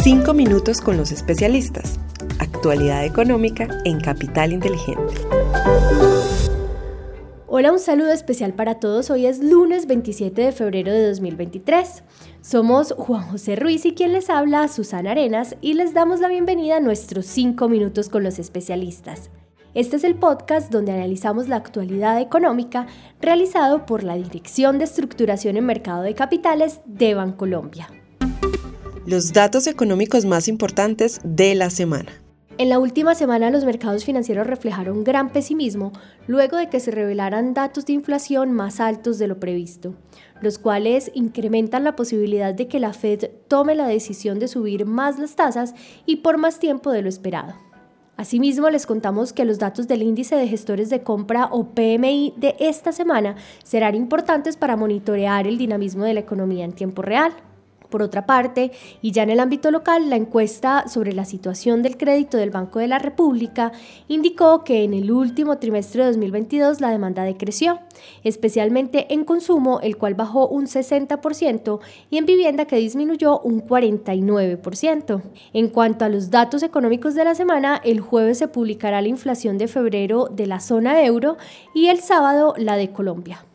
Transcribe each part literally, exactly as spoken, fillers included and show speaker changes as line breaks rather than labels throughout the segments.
Cinco minutos con los especialistas. Actualidad económica en Capital Inteligente.
Hola, un saludo especial para todos. Hoy es lunes veintisiete de febrero de dos mil veintitrés. Somos Juan José Ruiz y quien les habla, Susana Arenas, y les damos la bienvenida a nuestros cinco minutos con los especialistas. Este es el podcast donde analizamos la actualidad económica realizado por la Dirección de Estructuración en Mercado de Capitales de Bancolombia.
Los datos económicos más importantes de la semana.
En la última semana los mercados financieros reflejaron gran pesimismo luego de que se revelaran datos de inflación más altos de lo previsto, los cuales incrementan la posibilidad de que la Fed tome la decisión de subir más las tasas y por más tiempo de lo esperado. Asimismo, les contamos que los datos del índice de gestores de compra o P M I de esta semana serán importantes para monitorear el dinamismo de la economía en tiempo real. Por otra parte, y ya en el ámbito local, la encuesta sobre la situación del crédito del Banco de la República indicó que en el último trimestre de dos mil veintidós la demanda decreció, especialmente en consumo, el cual bajó un sesenta por ciento, y en vivienda, que disminuyó un cuarenta y nueve por ciento. En cuanto a los datos económicos de la semana, el jueves se publicará la inflación de febrero de la zona euro y el sábado la de Colombia.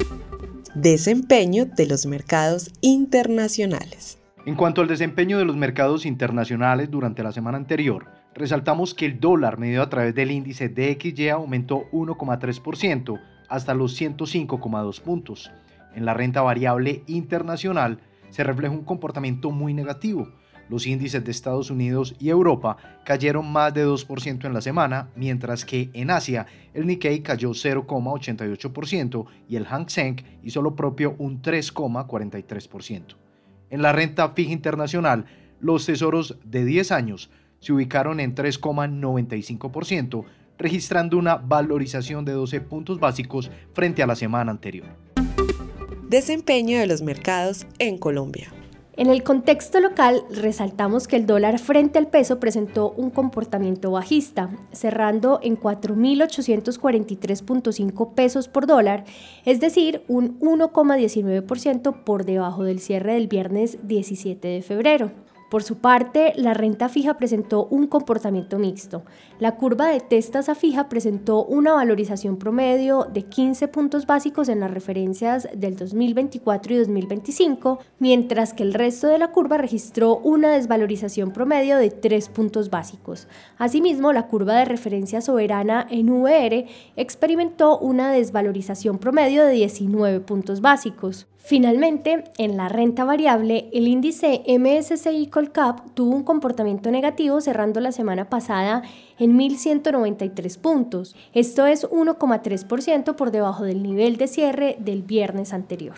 Desempeño de los mercados internacionales.
En cuanto al desempeño de los mercados internacionales durante la semana anterior, resaltamos que el dólar medido a través del índice D X Y aumentó uno coma tres por ciento hasta los ciento cinco coma dos puntos. En la renta variable internacional se refleja un comportamiento muy negativo. Los índices de Estados Unidos y Europa cayeron más de dos por ciento en la semana, mientras que en Asia el Nikkei cayó cero coma ochenta y ocho por ciento y el Hang Seng hizo lo propio un tres coma cuarenta y tres por ciento. En la renta fija internacional, los tesoros de diez años se ubicaron en tres coma noventa y cinco por ciento, registrando una valorización de doce puntos básicos frente a la semana anterior.
Desempeño de los mercados en Colombia.
En el contexto local, resaltamos que el dólar frente al peso presentó un comportamiento bajista, cerrando en cuatro mil ochocientos cuarenta y tres punto cinco pesos por dólar, es decir, un uno coma diecinueve por ciento por debajo del cierre del viernes diecisiete de febrero. Por su parte, la renta fija presentó un comportamiento mixto. La curva de test tasa fija presentó una valorización promedio de quince puntos básicos en las referencias del dos mil veinticuatro y dos mil veinticinco, mientras que el resto de la curva registró una desvalorización promedio de tres puntos básicos. Asimismo, la curva de referencia soberana en V R experimentó una desvalorización promedio de diecinueve puntos básicos. Finalmente, en la renta variable, el índice M S C I Colcap tuvo un comportamiento negativo, cerrando la semana pasada en mil ciento noventa y tres puntos. Esto es uno coma tres por ciento por debajo del nivel de cierre del viernes anterior.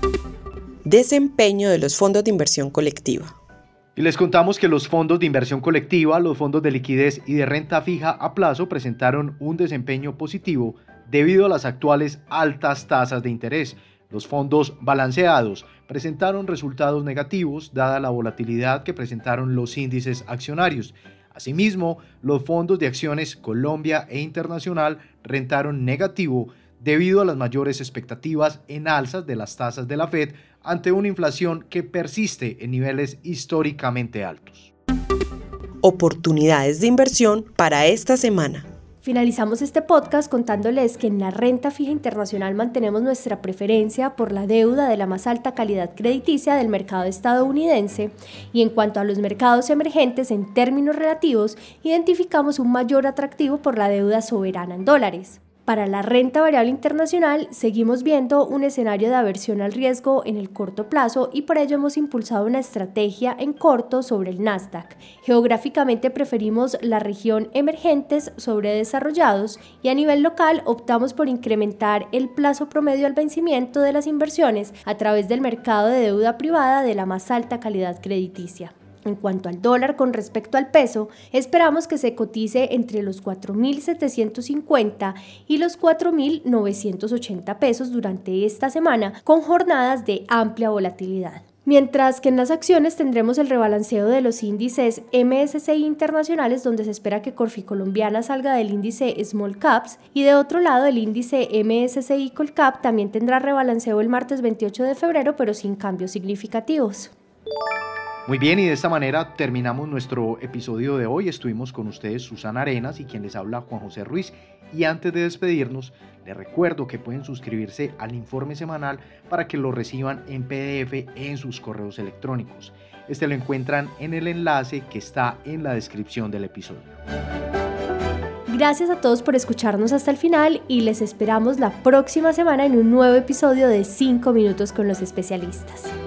Desempeño de los fondos de inversión colectiva.
Y les contamos que los fondos de inversión colectiva, los fondos de liquidez y de renta fija a plazo presentaron un desempeño positivo debido a las actuales altas tasas de interés. Los fondos balanceados presentaron resultados negativos dada la volatilidad que presentaron los índices accionarios. Asimismo, los fondos de acciones Colombia e Internacional rentaron negativo debido a las mayores expectativas en alzas de las tasas de la Fed ante una inflación que persiste en niveles históricamente altos.
Oportunidades de inversión para esta semana.
Finalizamos este podcast contándoles que en la renta fija internacional mantenemos nuestra preferencia por la deuda de la más alta calidad crediticia del mercado estadounidense, y en cuanto a los mercados emergentes en términos relativos, identificamos un mayor atractivo por la deuda soberana en dólares. Para la renta variable internacional, seguimos viendo un escenario de aversión al riesgo en el corto plazo y por ello hemos impulsado una estrategia en corto sobre el Nasdaq. Geográficamente preferimos la región emergentes sobre desarrollados y a nivel local optamos por incrementar el plazo promedio al vencimiento de las inversiones a través del mercado de deuda privada de la más alta calidad crediticia. En cuanto al dólar con respecto al peso, esperamos que se cotice entre los cuatro mil setecientos cincuenta y los cuatro mil novecientos ochenta pesos durante esta semana, con jornadas de amplia volatilidad. Mientras que en las acciones tendremos el rebalanceo de los índices M S C I internacionales, donde se espera que Corfi Colombiana salga del índice Small Caps, y de otro lado el índice M S C I Colcap también tendrá rebalanceo el martes veintiocho de febrero, pero sin cambios significativos.
Muy bien, y de esta manera terminamos nuestro episodio de hoy. Estuvimos con ustedes Susana Arenas y quien les habla Juan José Ruiz. Y antes de despedirnos, les recuerdo que pueden suscribirse al informe semanal para que lo reciban en P D F en sus correos electrónicos. Este lo encuentran en el enlace que está en la descripción del episodio.
Gracias a todos por escucharnos hasta el final y les esperamos la próxima semana en un nuevo episodio de cinco minutos con los especialistas.